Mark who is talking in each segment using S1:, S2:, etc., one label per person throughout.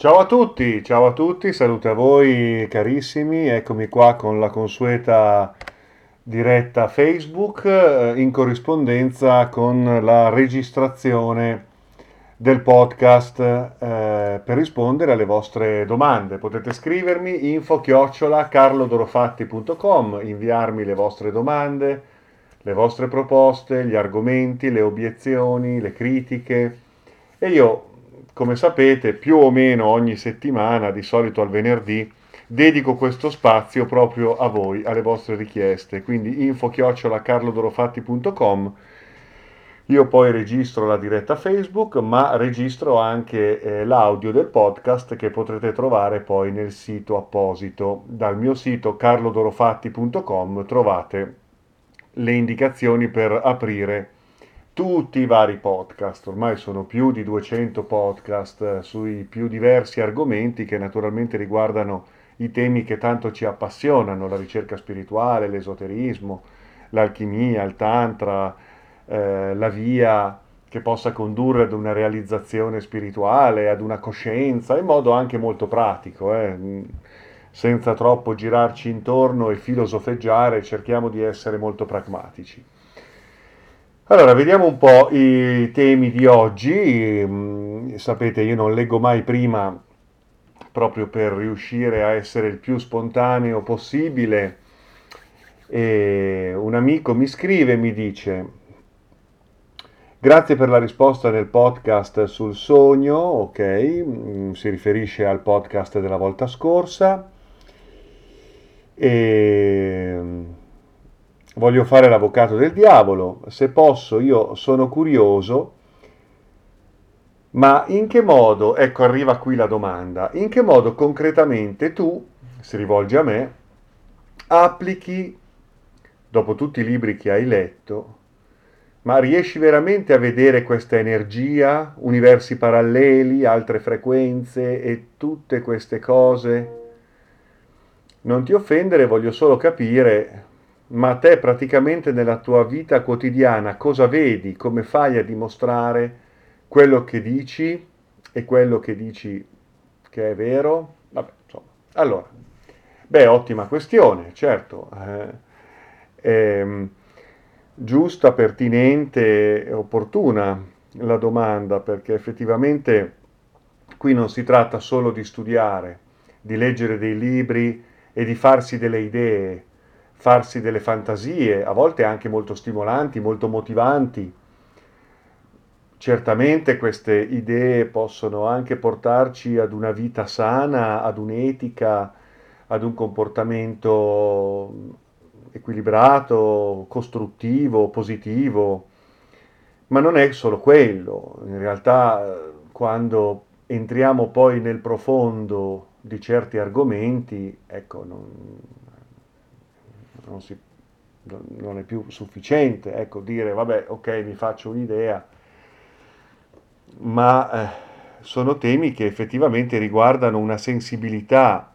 S1: Ciao a tutti, salute a voi carissimi, eccomi qua con la consueta diretta Facebook in corrispondenza con la registrazione del podcast per rispondere alle vostre domande. Potete scrivermi info@carlodorofatti.com, inviarmi le vostre domande, le vostre proposte, gli argomenti, le obiezioni, le critiche e io, come sapete, più o meno ogni settimana, di solito al venerdì, dedico questo spazio proprio a voi, alle vostre richieste. Quindi info@carlodorofatti.com. Io poi registro la diretta Facebook, ma registro anche l'audio del podcast che potrete trovare poi nel sito apposito. Dal mio sito carlodorofatti.com trovate le indicazioni per aprire tutti i vari podcast. Ormai sono più di 200 podcast sui più diversi argomenti che naturalmente riguardano i temi che tanto ci appassionano, la ricerca spirituale, l'esoterismo, l'alchimia, il tantra, la via che possa condurre ad una realizzazione spirituale, ad una coscienza, in modo anche molto pratico, senza troppo girarci intorno e filosofeggiare, cerchiamo di essere molto pragmatici. Allora, vediamo un po' i temi di oggi. Sapete, io non leggo mai prima proprio per riuscire a essere il più spontaneo possibile. E un amico mi scrive e mi dice: Grazie per la risposta nel podcast sul sogno, ok, si riferisce al podcast della volta scorsa. E voglio fare l'avvocato del diavolo. Se posso, io sono curioso, ma in che modo, ecco arriva qui la domanda, in che modo concretamente tu, si rivolge a me, applichi, dopo tutti i libri che hai letto, ma riesci veramente a vedere questa energia, universi paralleli, altre frequenze e tutte queste cose? Non ti offendere, voglio solo capire, ma te praticamente nella tua vita quotidiana cosa vedi? Come fai a dimostrare quello che dici e quello che dici che è vero? Vabbè, insomma. Allora, beh, ottima questione, certo. Ehm, giusta, pertinente e opportuna la domanda, perché effettivamente qui non si tratta solo di studiare, di leggere dei libri e di farsi delle idee, farsi delle fantasie, a volte anche molto stimolanti, molto motivanti. Certamente queste idee possono anche portarci ad una vita sana, ad un'etica, ad un comportamento equilibrato, costruttivo, positivo, ma non è solo quello. In realtà, quando entriamo poi nel profondo di certi argomenti, ecco, non si- non è più sufficiente, ecco, dire, vabbè, ok, mi faccio un'idea, ma sono temi che effettivamente riguardano una sensibilità,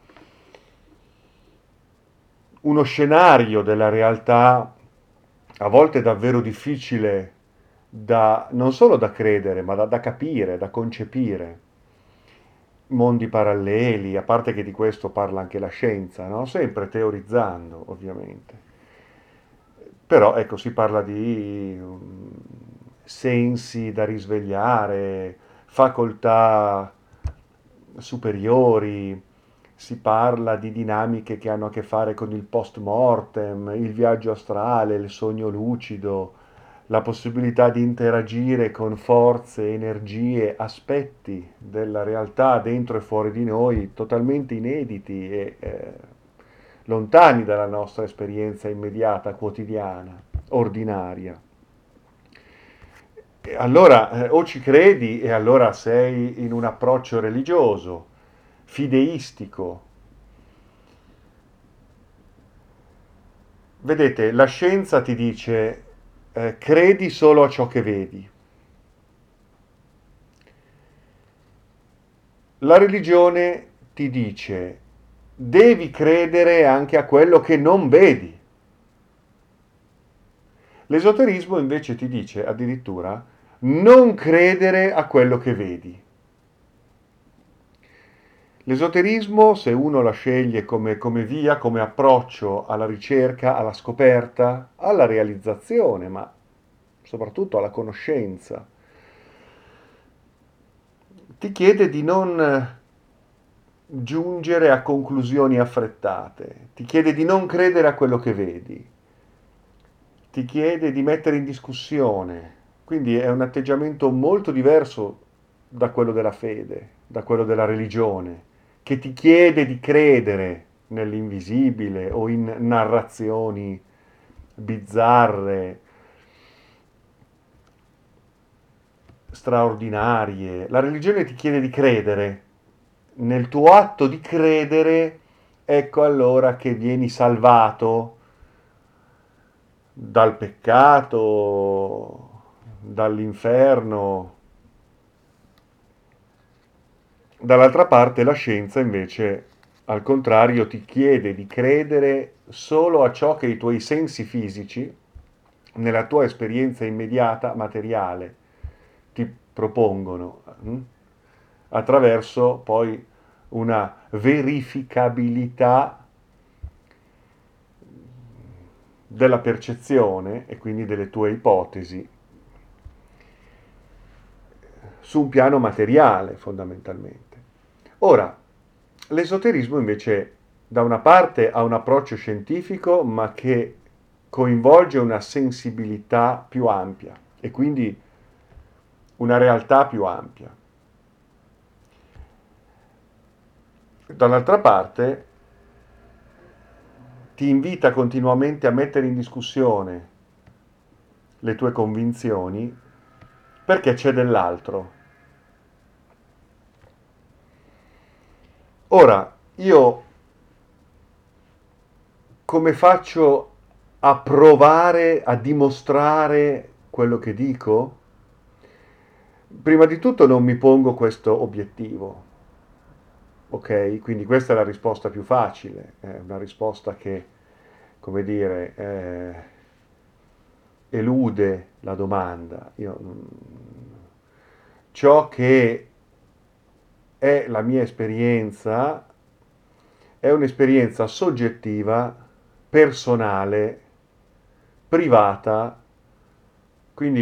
S1: uno scenario della realtà a volte davvero difficile non solo da credere, ma da capire, da concepire. Mondi paralleli, a parte che di questo parla anche la scienza, no? Sempre teorizzando, ovviamente. Però ecco, si parla di sensi da risvegliare, facoltà superiori, si parla di dinamiche che hanno a che fare con il post-mortem, il viaggio astrale, il sogno lucido, la possibilità di interagire con forze, energie, aspetti della realtà dentro e fuori di noi totalmente inediti e lontani dalla nostra esperienza immediata, quotidiana, ordinaria. E allora o ci credi e allora sei in un approccio religioso, fideistico. Vedete, la scienza ti dice credi solo a ciò che vedi. La religione ti dice devi credere anche a quello che non vedi. L'esoterismo invece ti dice addirittura non credere a quello che vedi. L'esoterismo, se uno la sceglie come via, come approccio alla ricerca, alla scoperta, alla realizzazione, ma soprattutto alla conoscenza, ti chiede di non giungere a conclusioni affrettate, ti chiede di non credere a quello che vedi, ti chiede di mettere in discussione, quindi è un atteggiamento molto diverso da quello della fede, da quello della religione, che ti chiede di credere nell'invisibile o in narrazioni bizzarre, straordinarie. La religione ti chiede di credere. Nel tuo atto di credere, ecco allora che vieni salvato dal peccato, dall'inferno. Dall'altra parte la scienza invece, al contrario, ti chiede di credere solo a ciò che i tuoi sensi fisici, nella tua esperienza immediata materiale, ti propongono, attraverso poi una verificabilità della percezione e quindi delle tue ipotesi su un piano materiale fondamentalmente. Ora, l'esoterismo invece da una parte ha un approccio scientifico ma che coinvolge una sensibilità più ampia e quindi una realtà più ampia. Dall'altra parte ti invita continuamente a mettere in discussione le tue convinzioni perché c'è dell'altro. Ora, io come faccio a provare, a dimostrare quello che dico? Prima di tutto non mi pongo questo obiettivo, ok? Quindi questa è la risposta più facile, è una risposta che, come dire, elude la domanda. Ciò che è la mia esperienza è un'esperienza soggettiva, personale, privata, quindi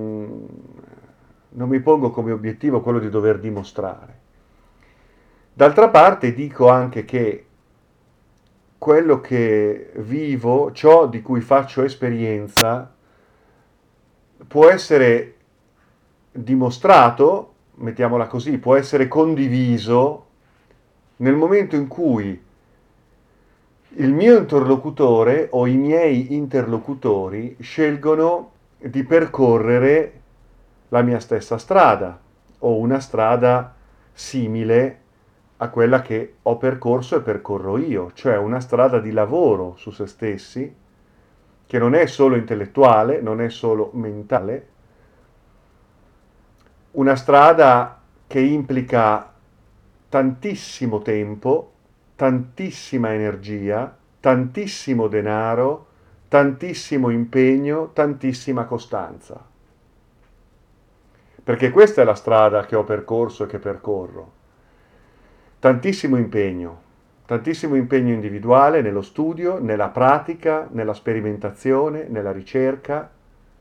S1: non mi pongo come obiettivo quello di dover dimostrare. D'altra parte dico anche che quello che vivo, ciò di cui faccio esperienza, può essere dimostrato, mettiamola così, può essere condiviso nel momento in cui il mio interlocutore o i miei interlocutori scelgono di percorrere la mia stessa strada o una strada simile a quella che ho percorso e percorro io, cioè una strada di lavoro su se stessi, che non è solo intellettuale, non è solo mentale, una strada che implica tantissimo tempo, tantissima energia, tantissimo denaro, tantissimo impegno, tantissima costanza. Perché questa è la strada che ho percorso e che percorro. Tantissimo impegno individuale nello studio, nella pratica, nella sperimentazione, nella ricerca,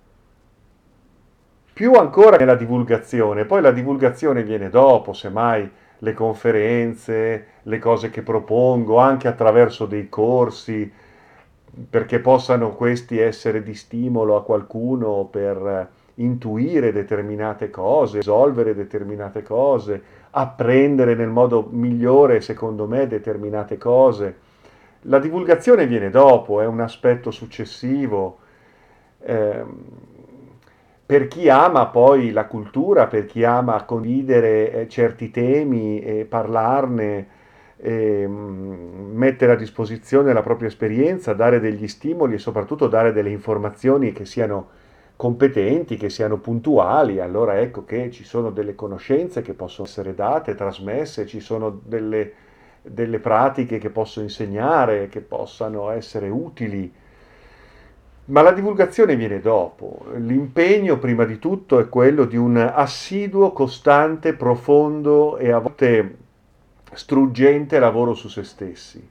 S1: più ancora nella divulgazione. Poi la divulgazione viene dopo, semmai le conferenze, le cose che propongo, anche attraverso dei corsi, perché possano questi essere di stimolo a qualcuno per intuire determinate cose, risolvere determinate cose, apprendere nel modo migliore, secondo me, determinate cose. La divulgazione viene dopo, è un aspetto successivo. ehm, per chi ama poi la cultura, per chi ama condividere certi temi e parlarne, mettere a disposizione la propria esperienza, dare degli stimoli e soprattutto dare delle informazioni che siano competenti, che siano puntuali, allora ecco che ci sono delle conoscenze che possono essere date, trasmesse, ci sono delle pratiche che posso insegnare, che possano essere utili. Ma la divulgazione viene dopo. L'impegno, prima di tutto, è quello di un assiduo, costante, profondo e a volte struggente lavoro su se stessi,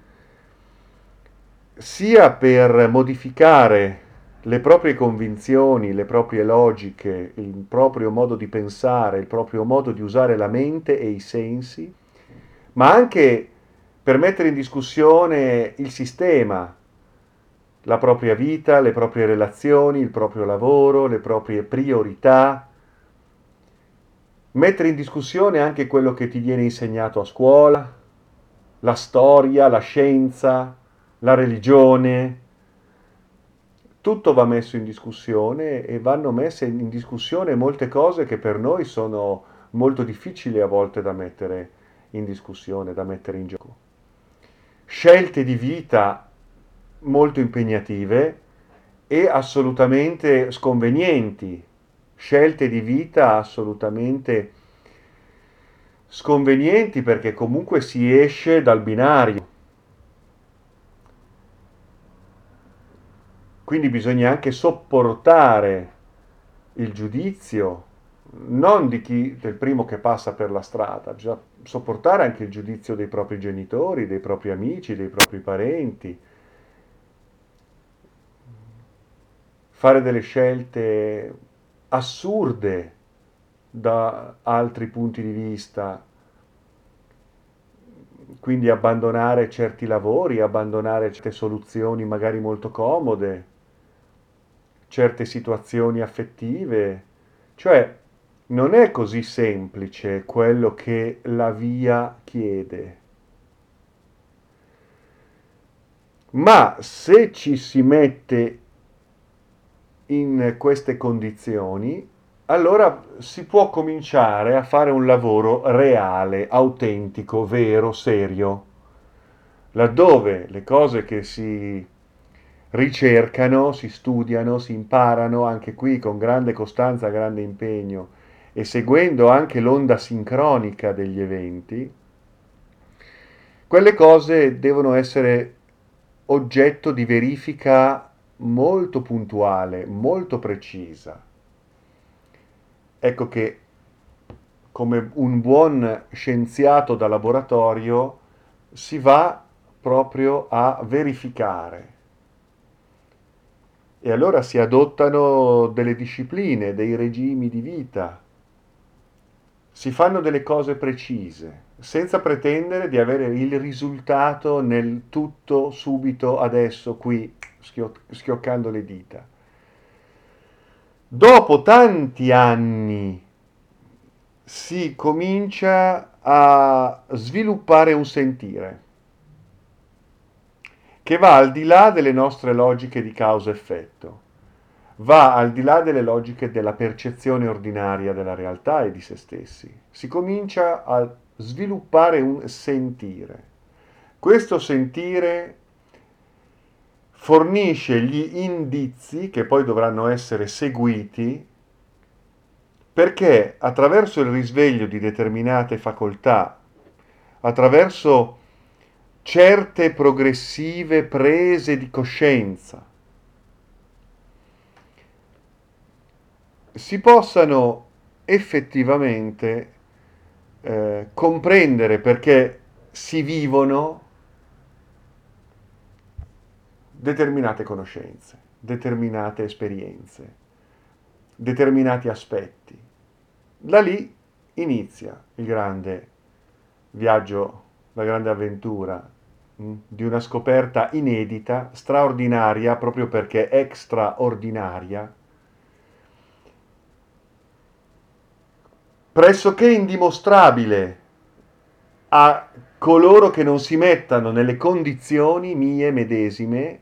S1: sia per modificare le proprie convinzioni, le proprie logiche, il proprio modo di pensare, il proprio modo di usare la mente e i sensi, ma anche per mettere in discussione il sistema, la propria vita, le proprie relazioni, il proprio lavoro, le proprie priorità, mettere in discussione anche quello che ti viene insegnato a scuola, la storia, la scienza, la religione. Tutto va messo in discussione e vanno messe in discussione molte cose che per noi sono molto difficili a volte da mettere in discussione, da mettere in gioco. Scelte di vita molto impegnative e assolutamente sconvenienti, scelte di vita assolutamente sconvenienti perché comunque si esce dal binario. Quindi bisogna anche sopportare il giudizio, non di chi, del primo che passa per la strada, bisogna sopportare anche il giudizio dei propri genitori, dei propri amici, dei propri parenti, fare delle scelte assurde da altri punti di vista, quindi abbandonare certi lavori, abbandonare certe soluzioni magari molto comode, certe situazioni affettive, cioè non è così semplice quello che la via chiede, ma se ci si mette in queste condizioni, allora si può cominciare a fare un lavoro reale, autentico, vero, serio, laddove le cose che si ricercano, si studiano, si imparano, anche qui con grande costanza, grande impegno e seguendo anche l'onda sincronica degli eventi, quelle cose devono essere oggetto di verifica molto puntuale, molto precisa. Ecco che come un buon scienziato da laboratorio si va proprio a verificare e allora si adottano delle discipline, dei regimi di vita, si fanno delle cose precise, senza pretendere di avere il risultato nel tutto, subito, adesso, qui, schioccando le dita. Dopo tanti anni si comincia a sviluppare un sentire che va al di là delle nostre logiche di causa-effetto, va al di là delle logiche della percezione ordinaria della realtà e di se stessi. Si comincia a sviluppare un sentire. Questo sentire fornisce gli indizi che poi dovranno essere seguiti perché attraverso il risveglio di determinate facoltà, attraverso certe progressive prese di coscienza, si possano effettivamente comprendere perché si vivono determinate conoscenze, determinate esperienze, determinati aspetti. Da lì inizia il grande viaggio, la grande avventura di una scoperta inedita, straordinaria, proprio perché extraordinaria, pressoché indimostrabile a coloro che non si mettano nelle condizioni mie medesime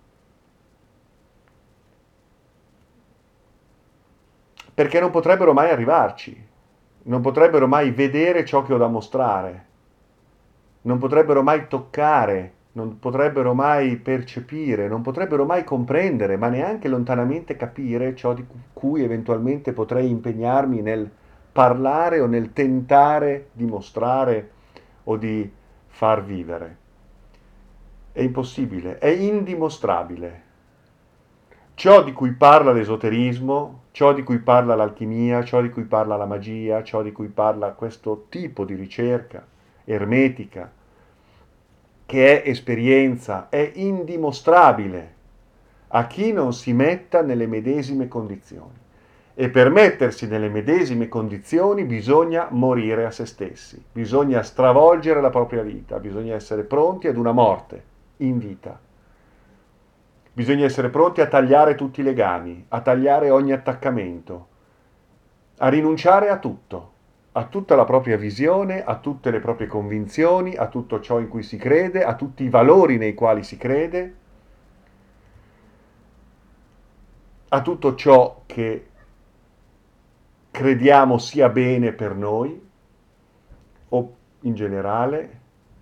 S1: perché non potrebbero mai arrivarci, non potrebbero mai vedere ciò che ho da mostrare, non potrebbero mai toccare, non potrebbero mai percepire, non potrebbero mai comprendere, ma neanche lontanamente capire ciò di cui eventualmente potrei impegnarmi nel parlare o nel tentare di mostrare o di far vivere. È impossibile, è indimostrabile. Ciò di cui parla l'esoterismo, ciò di cui parla l'alchimia, ciò di cui parla la magia, ciò di cui parla questo tipo di ricerca ermetica, che è esperienza, è indimostrabile a chi non si metta nelle medesime condizioni. E per mettersi nelle medesime condizioni bisogna morire a se stessi, bisogna stravolgere la propria vita, bisogna essere pronti ad una morte in vita. Bisogna essere pronti a tagliare tutti i legami, a tagliare ogni attaccamento, a rinunciare a tutto, a tutta la propria visione, a tutte le proprie convinzioni, a tutto ciò in cui si crede, a tutti i valori nei quali si crede, a tutto ciò che crediamo sia bene per noi o in generale.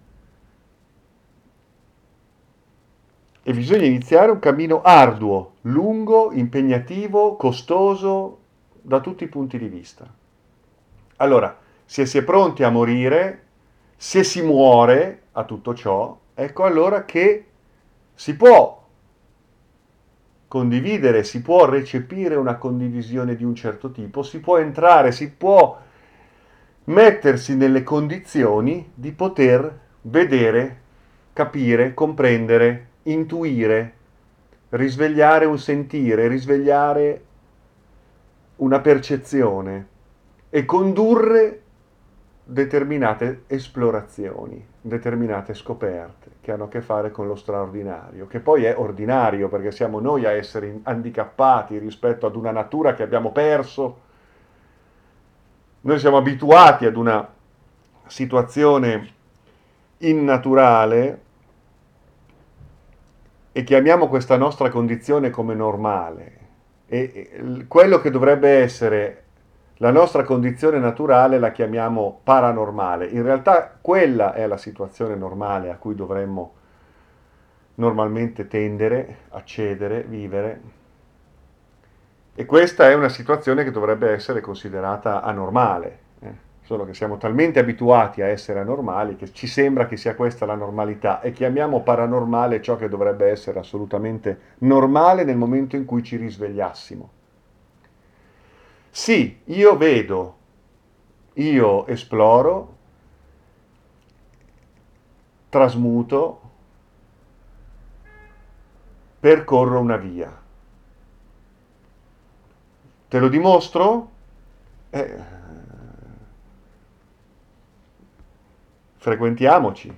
S1: E bisogna iniziare un cammino arduo, lungo, impegnativo, costoso da tutti i punti di vista. Allora, se si è pronti a morire, se si muore a tutto ciò, ecco allora che si può condividere, si può recepire una condivisione di un certo tipo, si può entrare, si può mettersi nelle condizioni di poter vedere, capire, comprendere, intuire, risvegliare un sentire, risvegliare una percezione e condurre determinate esplorazioni, determinate scoperte che hanno a che fare con lo straordinario, che poi è ordinario perché siamo noi a essere handicappati rispetto ad una natura che abbiamo perso. Noi siamo abituati ad una situazione innaturale e chiamiamo questa nostra condizione come normale. E quello che dovrebbe essere la nostra condizione naturale la chiamiamo paranormale. In realtà quella è la situazione normale a cui dovremmo normalmente tendere, accedere, vivere. E questa è una situazione che dovrebbe essere considerata anormale. Solo che siamo talmente abituati a essere anormali che ci sembra che sia questa la normalità e chiamiamo paranormale ciò che dovrebbe essere assolutamente normale nel momento in cui ci risvegliassimo. Sì, io vedo, io esploro, trasmuto, percorro una via. Te lo dimostro? Frequentiamoci.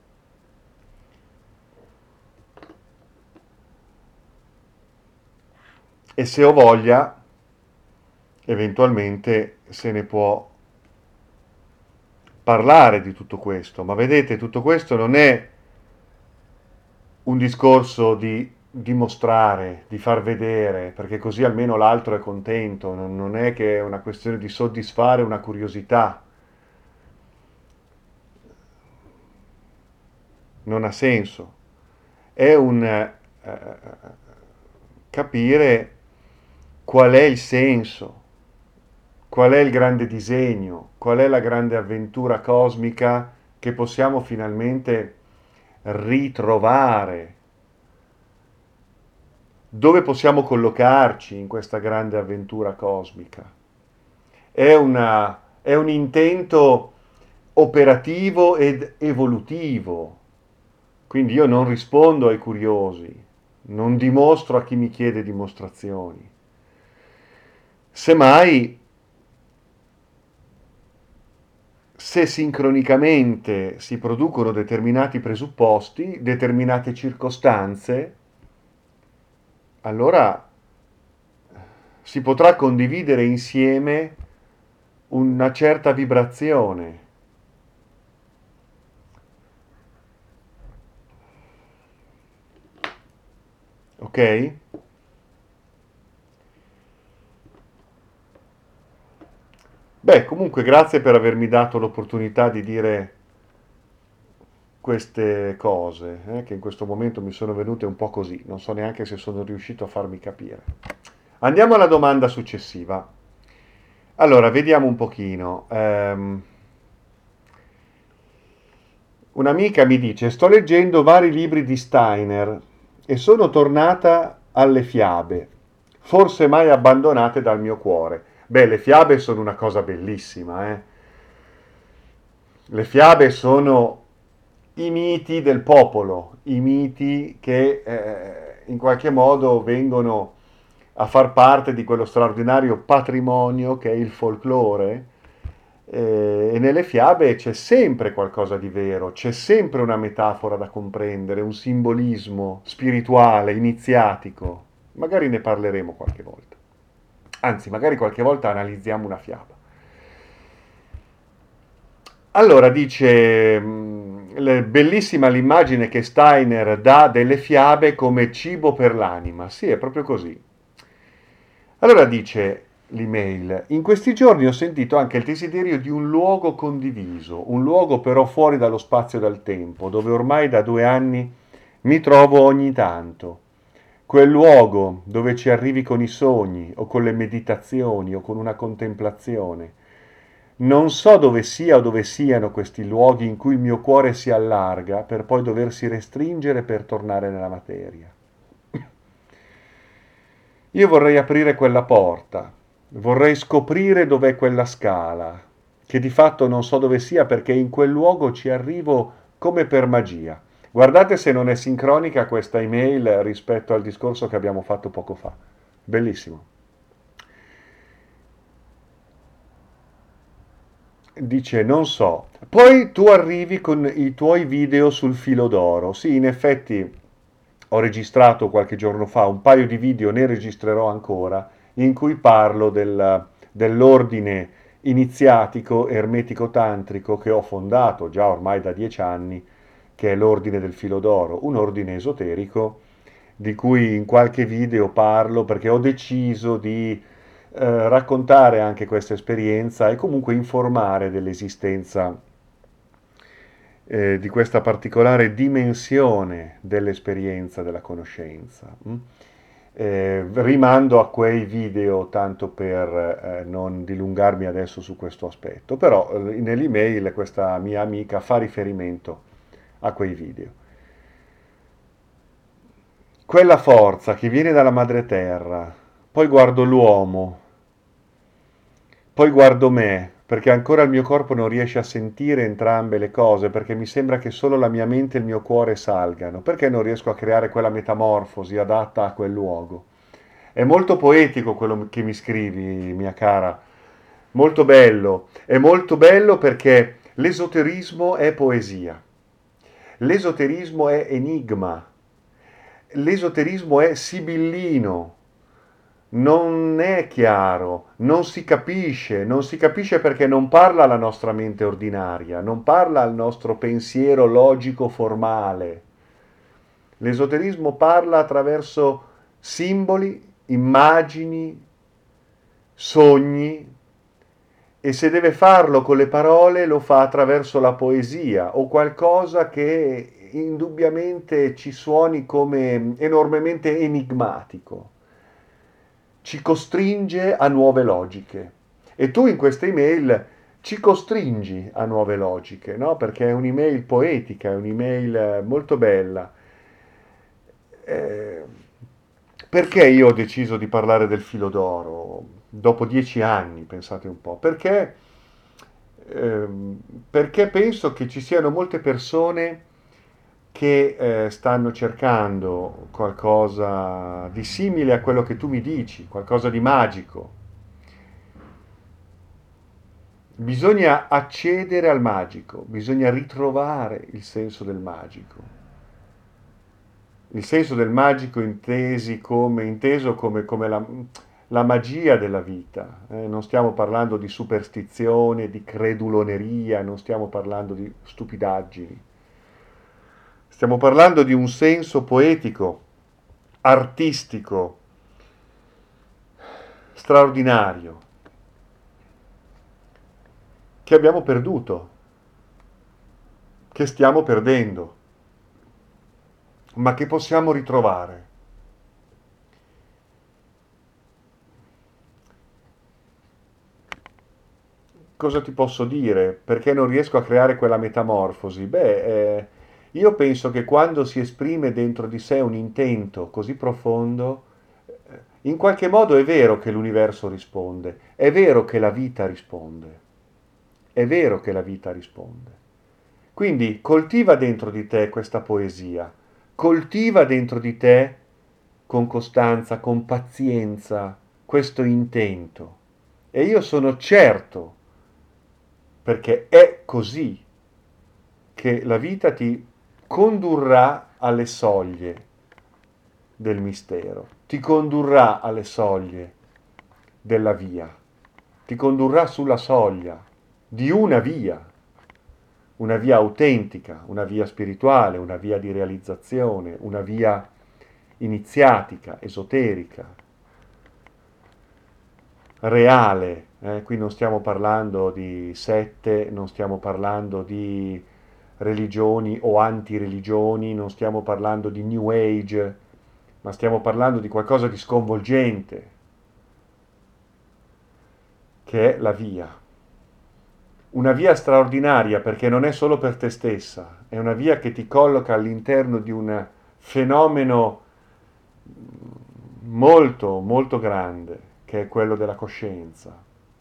S1: E se ho voglia, eventualmente se ne può parlare di tutto questo. Ma vedete, tutto questo non è un discorso di dimostrare, di far vedere, perché così almeno l'altro è contento, non è che è una questione di soddisfare una curiosità. Non ha senso. È un capire qual è il senso, qual è il grande disegno, qual è la grande avventura cosmica che possiamo finalmente ritrovare, dove possiamo collocarci in questa grande avventura cosmica. È un intento operativo ed evolutivo, quindi io non rispondo ai curiosi, non dimostro a chi mi chiede dimostrazioni. Semmai, se sincronicamente si producono determinati presupposti, determinate circostanze, allora si potrà condividere insieme una certa vibrazione. Ok? Beh, comunque grazie per avermi dato l'opportunità di dire queste cose, che in questo momento mi sono venute un po' così, non so neanche se sono riuscito a farmi capire. Andiamo alla domanda successiva. Allora, vediamo un pochino. Un'amica mi dice, sto leggendo vari libri di Steiner e sono tornata alle fiabe, forse mai abbandonate dal mio cuore. Beh, le fiabe sono una cosa bellissima, eh. Le fiabe sono i miti del popolo, i miti che in qualche modo vengono a far parte di quello straordinario patrimonio che è il folklore. E nelle fiabe c'è sempre qualcosa di vero, c'è sempre una metafora da comprendere, un simbolismo spirituale, iniziatico. Magari ne parleremo qualche volta. Anzi, magari qualche volta analizziamo una fiaba. Allora dice, bellissima l'immagine che Steiner dà delle fiabe come cibo per l'anima. Sì, è proprio così. Allora dice l'email, in questi giorni ho sentito anche il desiderio di un luogo condiviso, un luogo però fuori dallo spazio e dal tempo, dove ormai da 2 anni mi trovo ogni tanto. Quel luogo dove ci arrivi con i sogni o con le meditazioni o con una contemplazione. Non so dove sia o dove siano questi luoghi in cui il mio cuore si allarga per poi doversi restringere per tornare nella materia. Io vorrei aprire quella porta, vorrei scoprire dov'è quella scala, che di fatto non so dove sia perché in quel luogo ci arrivo come per magia. Guardate se non è sincronica questa email rispetto al discorso che abbiamo fatto poco fa. Bellissimo. Dice, non so. Poi tu arrivi con i tuoi video sul filo d'oro. Sì, in effetti ho registrato qualche giorno fa un paio di video, ne registrerò ancora, in cui parlo dell'ordine iniziatico ermetico tantrico che ho fondato già ormai da 10 anni, che è l'ordine del filo d'oro, un ordine esoterico di cui in qualche video parlo perché ho deciso di raccontare anche questa esperienza e comunque informare dell'esistenza di questa particolare dimensione dell'esperienza della conoscenza. Rimando a quei video tanto per non dilungarmi adesso su questo aspetto, però nell'email questa mia amica fa riferimento a quei video. Quella forza che viene dalla madre terra, poi guardo l'uomo, poi guardo me, perché ancora il mio corpo non riesce a sentire entrambe le cose, perché mi sembra che solo la mia mente e il mio cuore salgano, perché non riesco a creare quella metamorfosi adatta a quel luogo. È molto poetico quello che mi scrivi, mia cara, è molto bello perché l'esoterismo è poesia, l'esoterismo è enigma, l'esoterismo è sibillino, non è chiaro, non si capisce perché non parla la nostra mente ordinaria, non parla al nostro pensiero logico formale. L'esoterismo parla attraverso simboli, immagini, sogni e se deve farlo con le parole lo fa attraverso la poesia o qualcosa che indubbiamente ci suoni come enormemente enigmatico, ci costringe a nuove logiche. E tu in questa email ci costringi a nuove logiche, no? Perché è un'email poetica, è un'email molto bella. Eh, perché io ho deciso di parlare del filo d'oro dopo 10 anni, pensate un po'? Perché penso che ci siano molte persone che stanno cercando qualcosa di simile a quello che tu mi dici, qualcosa di magico. Bisogna accedere al magico, bisogna ritrovare il senso del magico. Il senso del magico inteso come la magia della vita. Non stiamo parlando di superstizione, di creduloneria, non stiamo parlando di stupidaggini. Stiamo parlando di un senso poetico, artistico, straordinario, che abbiamo perduto, che stiamo perdendo, ma che possiamo ritrovare. Cosa ti posso dire? Perché non riesco a creare quella metamorfosi? Io penso che quando si esprime dentro di sé un intento così profondo, in qualche modo è vero che l'universo risponde, è vero che la vita risponde. è vero che la vita risponde. Quindi coltiva dentro di te questa poesia, coltiva dentro di te con costanza, con pazienza, questo intento. E io sono certo, perché è così, che la vita ti condurrà alle soglie del mistero, ti condurrà alle soglie della via, ti condurrà sulla soglia di una via autentica, una via spirituale, una via di realizzazione, una via iniziatica, esoterica, reale. Qui non stiamo parlando di sette, non stiamo parlando di religioni o antireligioni, non stiamo parlando di New Age, ma stiamo parlando di qualcosa di sconvolgente, che è la via. Una via straordinaria perché non è solo per te stessa, è una via che ti colloca all'interno di un fenomeno molto, molto grande, che è quello della coscienza.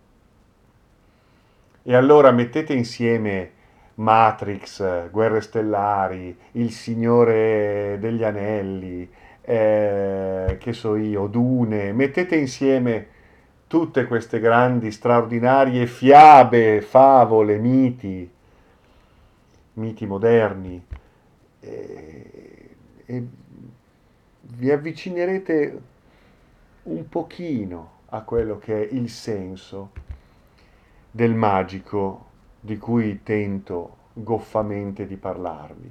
S1: E allora mettete insieme Matrix, Guerre Stellari, Il Signore degli Anelli, che so io, Dune, mettete insieme tutte queste grandi, straordinarie fiabe, favole, miti moderni, e vi avvicinerete un pochino a quello che è il senso del magico di cui tento goffamente di parlarvi.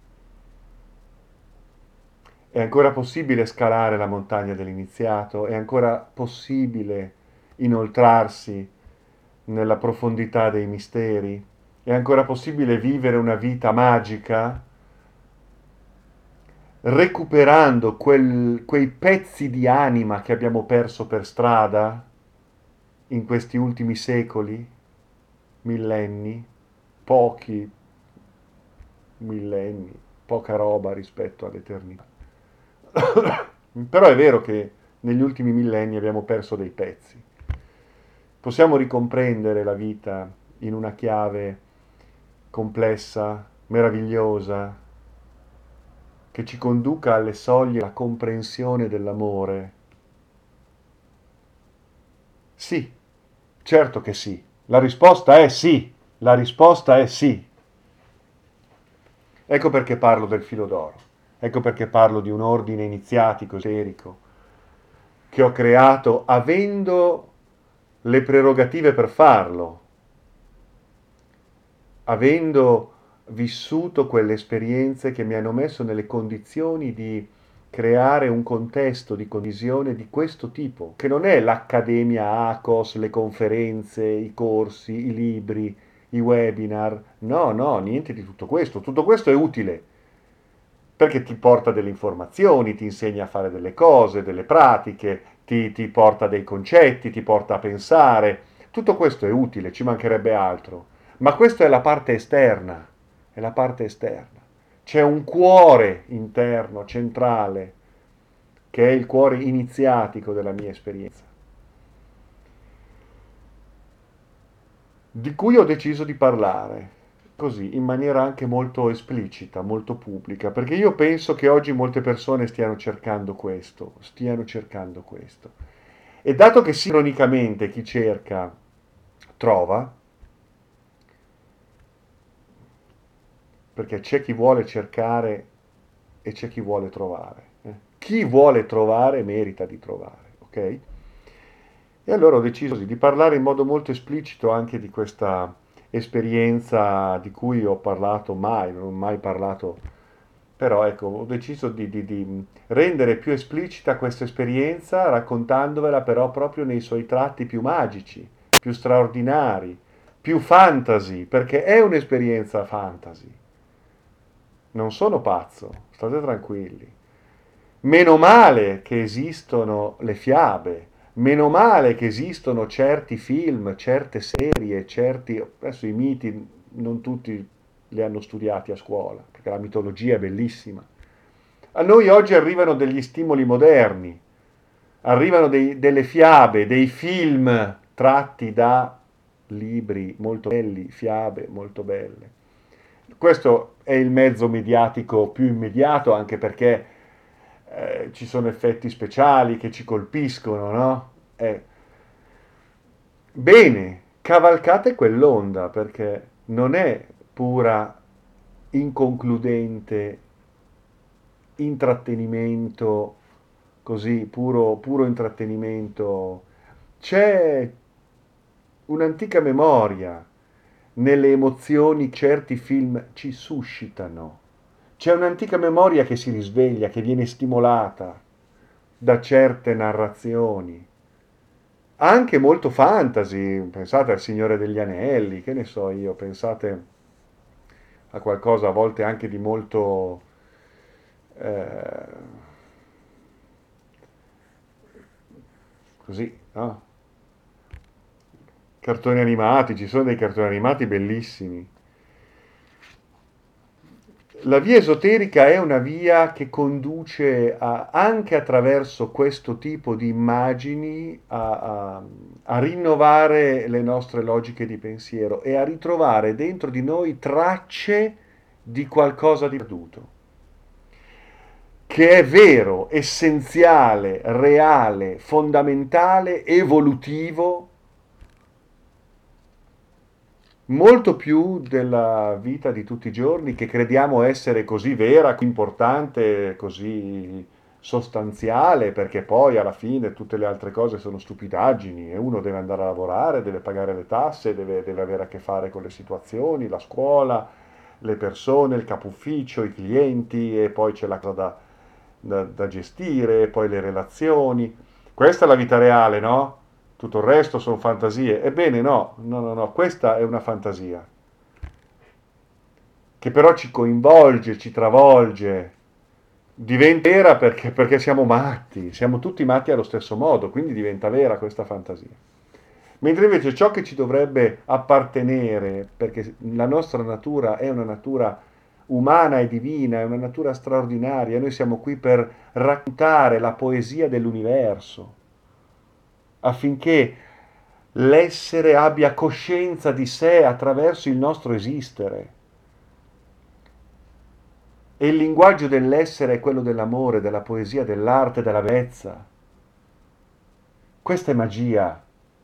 S1: È ancora possibile scalare la montagna dell'iniziato? È ancora possibile inoltrarsi nella profondità dei misteri? È ancora possibile vivere una vita magica recuperando quei pezzi di anima che abbiamo perso per strada in questi ultimi secoli, millenni, pochi millenni, poca roba rispetto all'eternità. Però è vero che negli ultimi millenni abbiamo perso dei pezzi. Possiamo ricomprendere la vita in una chiave complessa, meravigliosa, che ci conduca alle soglie della comprensione dell'amore? Sì, certo che sì. La risposta è sì. La risposta è sì. Ecco perché parlo del filo d'oro. Ecco perché parlo di un ordine iniziatico, esoterico, che ho creato avendo le prerogative per farlo, avendo vissuto quelle esperienze che mi hanno messo nelle condizioni di creare un contesto di condivisione di questo tipo, che non è l'accademia ACOS, le conferenze, i corsi, i libri, i webinar, no, no, niente di tutto questo è utile perché ti porta delle informazioni, ti insegna a fare delle cose, delle pratiche, ti porta dei concetti, ti porta a pensare, tutto questo è utile, ci mancherebbe altro, ma questa è la parte esterna, è la parte esterna. C'è un cuore interno, centrale, che è il cuore iniziatico della mia esperienza, di cui ho deciso di parlare, così, in maniera anche molto esplicita, molto pubblica, perché io penso che oggi molte persone stiano cercando questo, stiano cercando questo. E dato che sincronicamente chi cerca trova, perché c'è chi vuole cercare e c'è chi vuole trovare. Chi vuole trovare merita di trovare, ok? E allora ho deciso di parlare in modo molto esplicito anche di questa esperienza di cui ho parlato mai, non ho mai parlato, però ecco, ho deciso di rendere più esplicita questa esperienza raccontandovela però proprio nei suoi tratti più magici, più straordinari, più fantasy, perché è un'esperienza fantasy. Non sono pazzo, state tranquilli. Meno male che esistono le fiabe, meno male che esistono certi film, certe serie, certi... Adesso i miti non tutti li hanno studiati a scuola, perché la mitologia è bellissima. A noi oggi arrivano degli stimoli moderni, arrivano delle fiabe, dei film tratti da libri molto belli, fiabe molto belle. Questo è il mezzo mediatico più immediato, anche perché ci sono effetti speciali che ci colpiscono, no? Bene, cavalcate quell'onda perché non è pura, inconcludente intrattenimento, così, puro intrattenimento. C'è un'antica memoria nelle emozioni che certi film ci suscitano. C'è un'antica memoria che si risveglia, che viene stimolata da certe narrazioni. Anche molto fantasy, pensate al Signore degli Anelli, che ne so io, pensate a qualcosa a volte anche di molto eh, così, no? Cartoni animati, ci sono dei cartoni animati bellissimi. La via esoterica è una via che conduce anche attraverso questo tipo di immagini a rinnovare le nostre logiche di pensiero e a ritrovare dentro di noi tracce di qualcosa di perduto, che è vero, essenziale, reale, fondamentale, evolutivo, molto più della vita di tutti i giorni che crediamo essere così vera, così importante, così sostanziale, perché poi alla fine tutte le altre cose sono stupidaggini e uno deve andare a lavorare, deve pagare le tasse, deve avere a che fare con le situazioni, la scuola, le persone, il capo ufficio, i clienti e poi c'è la cosa da gestire, e poi le relazioni. Questa è la vita reale, no? Tutto il resto sono fantasie. Ebbene no, no, no, no, questa è una fantasia che però ci coinvolge, ci travolge, diventa vera perché siamo matti, siamo tutti matti allo stesso modo, quindi diventa vera questa fantasia. Mentre invece ciò che ci dovrebbe appartenere, perché la nostra natura è una natura umana e divina, è una natura straordinaria, noi siamo qui per raccontare la poesia dell'universo, affinché l'essere abbia coscienza di sé attraverso il nostro esistere. E il linguaggio dell'essere è quello dell'amore, della poesia, dell'arte, della bellezza. Questa è magia.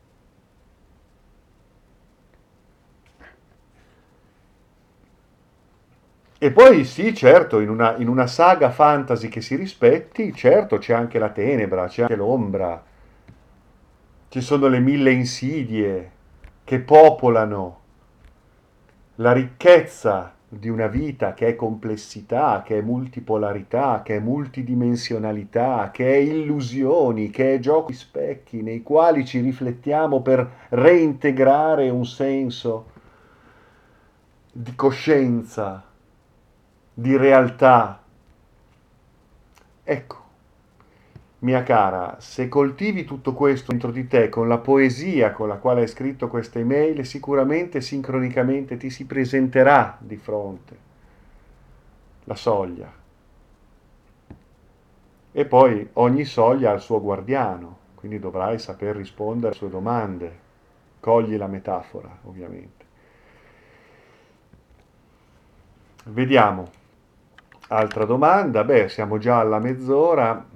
S1: E poi sì, certo, in una saga fantasy che si rispetti, certo c'è anche la tenebra, c'è anche l'ombra, ci sono le mille insidie che popolano la ricchezza di una vita che è complessità, che è multipolarità, che è multidimensionalità, che è illusioni, che è giochi specchi nei quali ci riflettiamo per reintegrare un senso di coscienza, di realtà. Ecco, mia cara, se coltivi tutto questo dentro di te con la poesia con la quale hai scritto queste email, sicuramente sincronicamente ti si presenterà di fronte la soglia. E poi ogni soglia ha il suo guardiano, quindi dovrai saper rispondere alle sue domande. Cogli la metafora, ovviamente. Vediamo. Altra domanda. Beh, siamo già alla mezz'ora.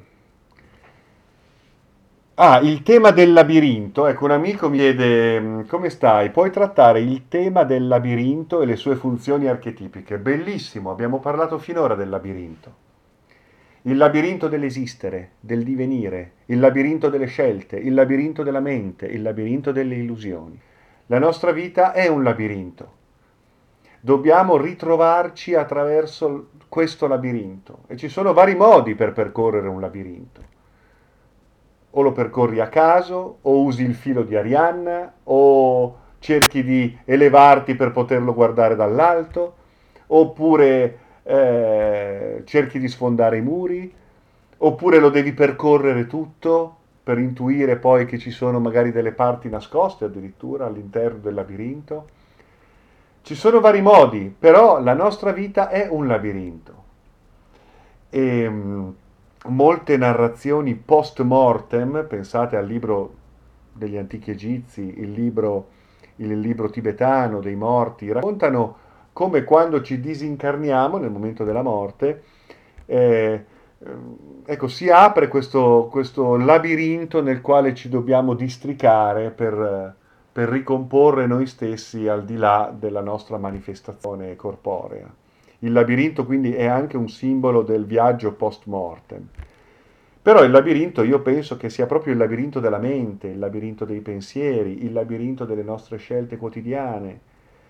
S1: Ah, il tema del labirinto. Ecco, un amico mi chiede come stai? Puoi trattare il tema del labirinto e le sue funzioni archetipiche. Bellissimo, abbiamo parlato finora del labirinto. Il labirinto dell'esistere, del divenire, il labirinto delle scelte, il labirinto della mente, il labirinto delle illusioni. La nostra vita è un labirinto. Dobbiamo ritrovarci attraverso questo labirinto e ci sono vari modi per percorrere un labirinto. O lo percorri a caso, o usi il filo di Arianna, o cerchi di elevarti per poterlo guardare dall'alto, oppure cerchi di sfondare i muri, oppure lo devi percorrere tutto per intuire poi che ci sono magari delle parti nascoste addirittura all'interno del labirinto. Ci sono vari modi, però la nostra vita è un labirinto. E molte narrazioni post mortem, pensate al libro degli antichi egizi, il libro il libro tibetano dei morti, raccontano come quando ci disincarniamo nel momento della morte, eh, ecco, si apre questo labirinto nel quale ci dobbiamo districare per ricomporre noi stessi al di là della nostra manifestazione corporea. Il labirinto quindi è anche un simbolo del viaggio post mortem. Però il labirinto io penso che sia proprio il labirinto della mente, il labirinto dei pensieri, il labirinto delle nostre scelte quotidiane.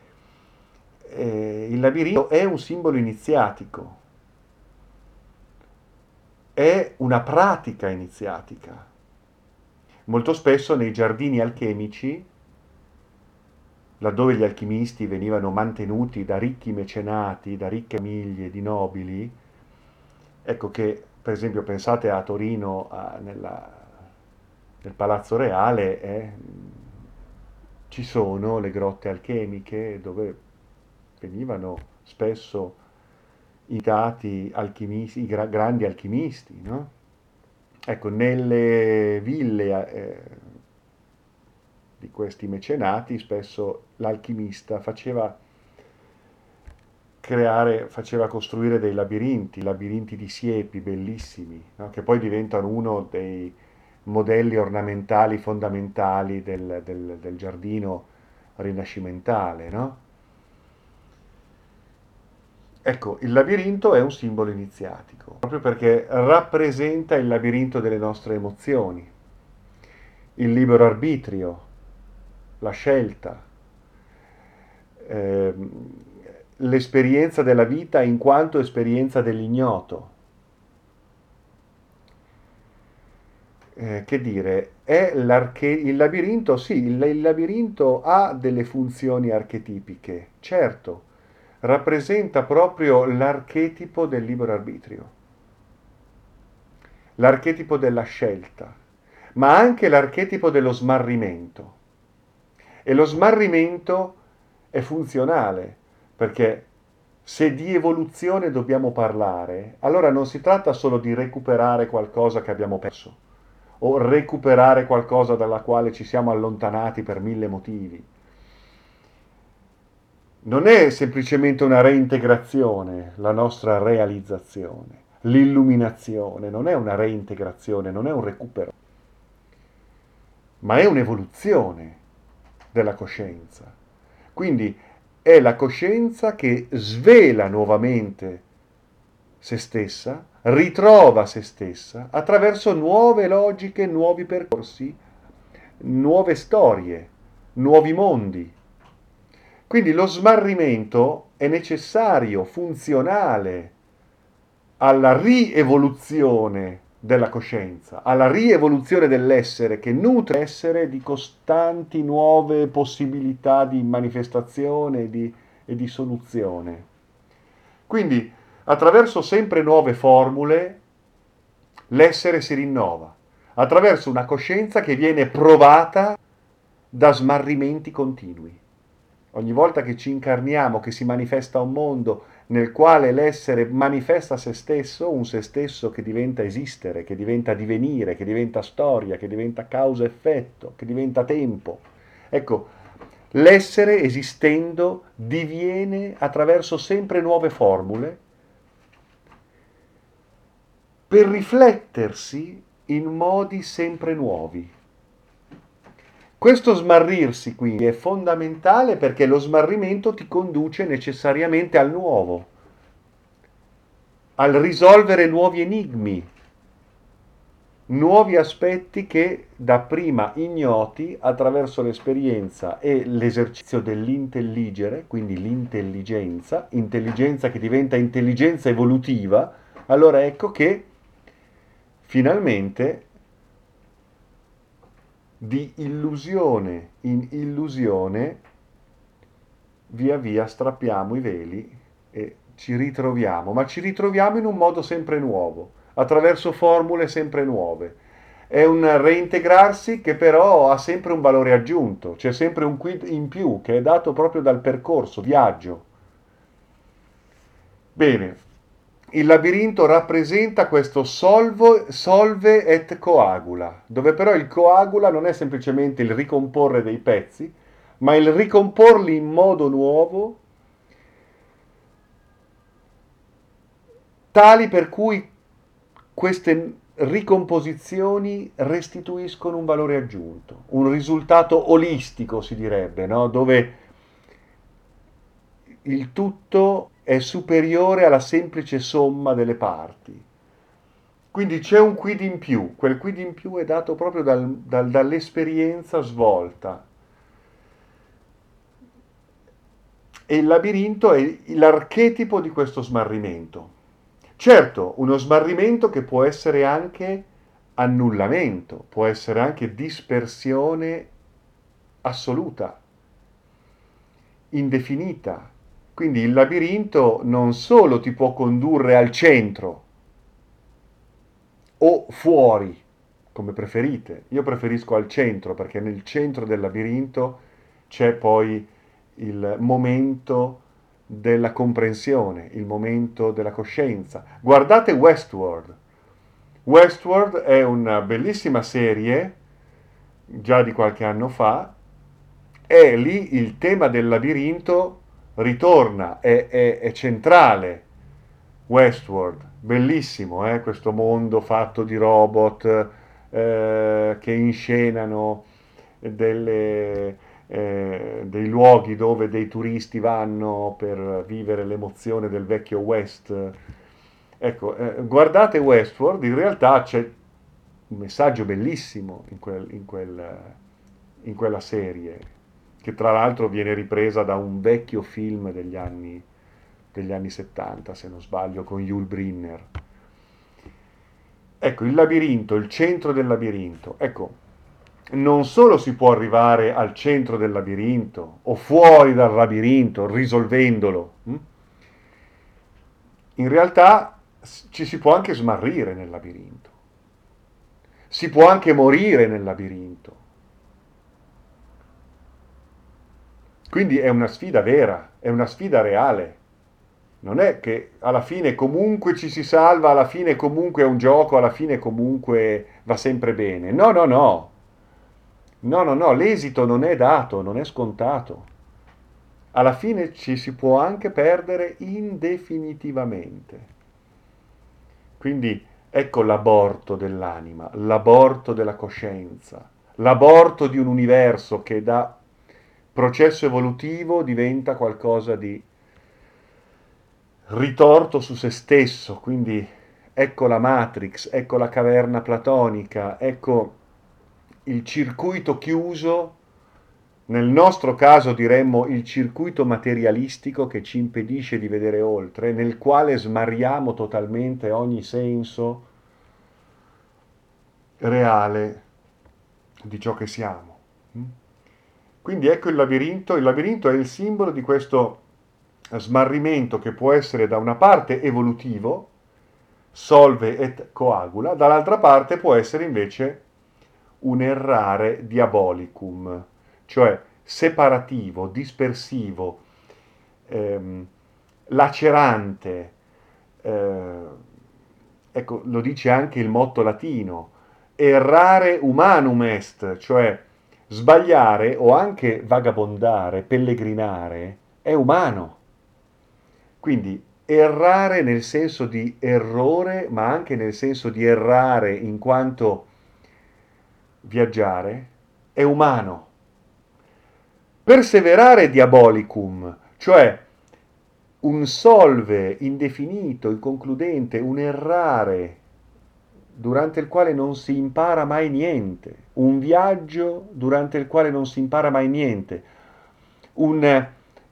S1: Il labirinto è un simbolo iniziatico, è una pratica iniziatica. Molto spesso nei giardini alchemici, laddove gli alchimisti venivano mantenuti da ricchi mecenati, da ricche famiglie di nobili, ecco che, per esempio, pensate a Torino, nel Palazzo Reale, ci sono le grotte alchemiche dove venivano spesso invitati alchimisti, grandi alchimisti, no? Ecco, nelle ville di questi mecenati spesso l'alchimista faceva costruire dei labirinti di siepi bellissimi, no? Che poi diventano uno dei modelli ornamentali fondamentali del giardino rinascimentale, no? Ecco, il labirinto è un simbolo iniziatico, proprio perché rappresenta il labirinto delle nostre emozioni, il libero arbitrio, la scelta, ehm, l'esperienza della vita in quanto esperienza dell'ignoto. Che dire, il labirinto, sì, il labirinto ha delle funzioni archetipiche, certo, rappresenta proprio l'archetipo del libero arbitrio, l'archetipo della scelta, ma anche l'archetipo dello smarrimento. E lo smarrimento è funzionale, perché se di evoluzione dobbiamo parlare, allora non si tratta solo di recuperare qualcosa che abbiamo perso, o recuperare qualcosa dalla quale ci siamo allontanati per mille motivi. Non è semplicemente una reintegrazione, la nostra realizzazione. L'illuminazione non è una reintegrazione, non è un recupero, ma è un'evoluzione della coscienza. Quindi è la coscienza che svela nuovamente se stessa, ritrova se stessa attraverso nuove logiche, nuovi percorsi, nuove storie, nuovi mondi. Quindi lo smarrimento è necessario, funzionale alla rievoluzione della coscienza, alla rievoluzione dell'essere che nutre l'essere di costanti nuove possibilità di manifestazione e di soluzione. Quindi attraverso sempre nuove formule l'essere si rinnova, attraverso una coscienza che viene provata da smarrimenti continui. Ogni volta che ci incarniamo, che si manifesta un mondo nel quale l'essere manifesta se stesso, un se stesso che diventa esistere, che diventa divenire, che diventa storia, che diventa causa-effetto, che diventa tempo. Ecco, l'essere esistendo diviene attraverso sempre nuove formule per riflettersi in modi sempre nuovi. Questo smarrirsi quindi è fondamentale perché lo smarrimento ti conduce necessariamente al nuovo, al risolvere nuovi enigmi, nuovi aspetti che dapprima ignoti attraverso l'esperienza e l'esercizio dell'intelligere, quindi l'intelligenza, intelligenza che diventa intelligenza evolutiva, allora ecco che finalmente di illusione in illusione via via strappiamo i veli e ci ritroviamo, ma ci ritroviamo in un modo sempre nuovo, attraverso formule sempre nuove. È un reintegrarsi che però ha sempre un valore aggiunto, c'è sempre un quid in più che è dato proprio dal percorso, viaggio. Bene, il labirinto rappresenta questo solve et coagula, dove però il coagula non è semplicemente il ricomporre dei pezzi, ma il ricomporli in modo nuovo, tali per cui queste ricomposizioni restituiscono un valore aggiunto, un risultato olistico si direbbe, no? Dove il tutto è superiore alla semplice somma delle parti. Quindi c'è un quid in più, quel quid in più è dato proprio dall'esperienza svolta. E il labirinto è l'archetipo di questo smarrimento. Certo, uno smarrimento che può essere anche annullamento, può essere anche dispersione assoluta, indefinita. Quindi il labirinto non solo ti può condurre al centro o fuori, come preferite. Io preferisco al centro perché nel centro del labirinto c'è poi il momento della comprensione, il momento della coscienza. Guardate Westworld. Westworld è una bellissima serie, già di qualche anno fa, e lì il tema del labirinto ritorna, è centrale. Westworld, bellissimo, questo mondo fatto di robot che inscenano delle, dei luoghi dove dei turisti vanno per vivere l'emozione del vecchio West. Ecco, guardate Westworld, in realtà c'è un messaggio bellissimo in quella serie, che tra l'altro viene ripresa da un vecchio film degli anni 70, se non sbaglio, con Yul Brynner. Ecco, il labirinto, il centro del labirinto. Ecco, non solo si può arrivare al centro del labirinto o fuori dal labirinto risolvendolo, in realtà ci si può anche smarrire nel labirinto, si può anche morire nel labirinto. Quindi è una sfida vera, è una sfida reale. Non è che alla fine comunque ci si salva, alla fine comunque è un gioco, alla fine comunque va sempre bene. No, no, no. No, no, no, l'esito non è dato, non è scontato. Alla fine ci si può anche perdere indefinitivamente. Quindi ecco l'aborto dell'anima, l'aborto della coscienza, l'aborto di un universo che da processo evolutivo diventa qualcosa di ritorto su se stesso, quindi ecco la Matrix, ecco la caverna platonica, ecco il circuito chiuso, nel nostro caso diremmo il circuito materialistico che ci impedisce di vedere oltre, nel quale smarriamo totalmente ogni senso reale di ciò che siamo. Quindi ecco il labirinto è il simbolo di questo smarrimento che può essere da una parte evolutivo, solve et coagula, dall'altra parte può essere invece un errare diabolicum, cioè separativo, dispersivo, ehm, lacerante. eh, ecco, lo dice anche il motto latino, errare humanum est, cioè sbagliare o anche vagabondare, pellegrinare, è umano. Quindi errare nel senso di errore, ma anche nel senso di errare in quanto viaggiare, è umano. Perseverare diabolicum, cioè un solve indefinito, inconcludente, un errare durante il quale non si impara mai niente, un viaggio durante il quale non si impara mai niente, un,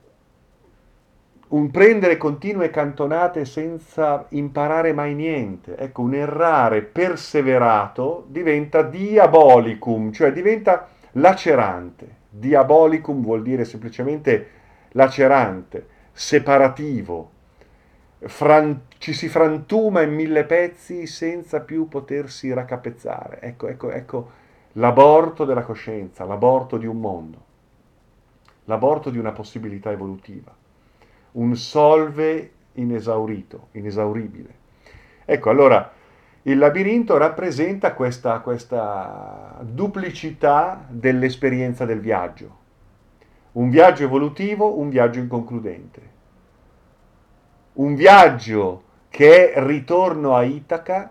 S1: un prendere continue cantonate senza imparare mai niente. Ecco, un errare perseverato diventa diabolicum, cioè diventa lacerante. Diabolicum vuol dire semplicemente lacerante, separativo, ci si frantuma in mille pezzi senza più potersi raccapezzare. Ecco, ecco, ecco l'aborto della coscienza, l'aborto di un mondo, l'aborto di una possibilità evolutiva, un solve inesaurito, inesauribile. Ecco, allora il labirinto rappresenta questa duplicità dell'esperienza del viaggio. Un viaggio evolutivo, un viaggio inconcludente. Un viaggio che è ritorno a Itaca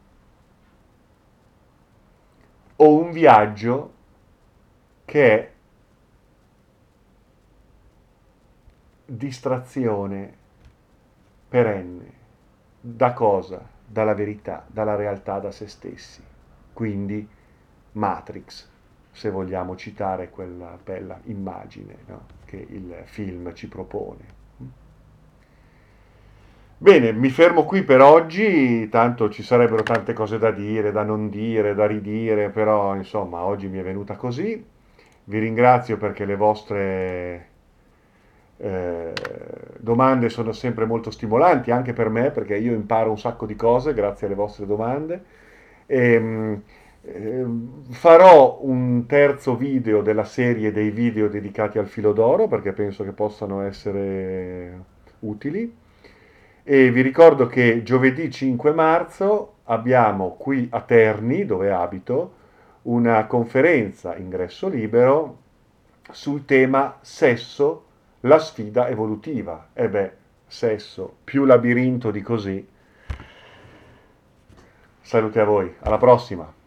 S1: o un viaggio che è distrazione perenne. Da cosa? Dalla verità, dalla realtà, da se stessi. Quindi Matrix, se vogliamo citare quella bella immagine, no? Che il film ci propone. Bene, mi fermo qui per oggi, tanto ci sarebbero tante cose da dire, da ridire, però insomma oggi mi è venuta così. Vi ringrazio perché le vostre eh, domande sono sempre molto stimolanti, anche per me, perché io imparo un sacco di cose grazie alle vostre domande. E, farò un terzo video della serie dei video dedicati al filo d'oro, perché penso che possano essere utili. E vi ricordo che giovedì 5 marzo abbiamo qui a Terni, dove abito, una conferenza ingresso libero sul tema sesso, la sfida evolutiva. E beh, sesso più labirinto di così. Salute a voi, alla prossima!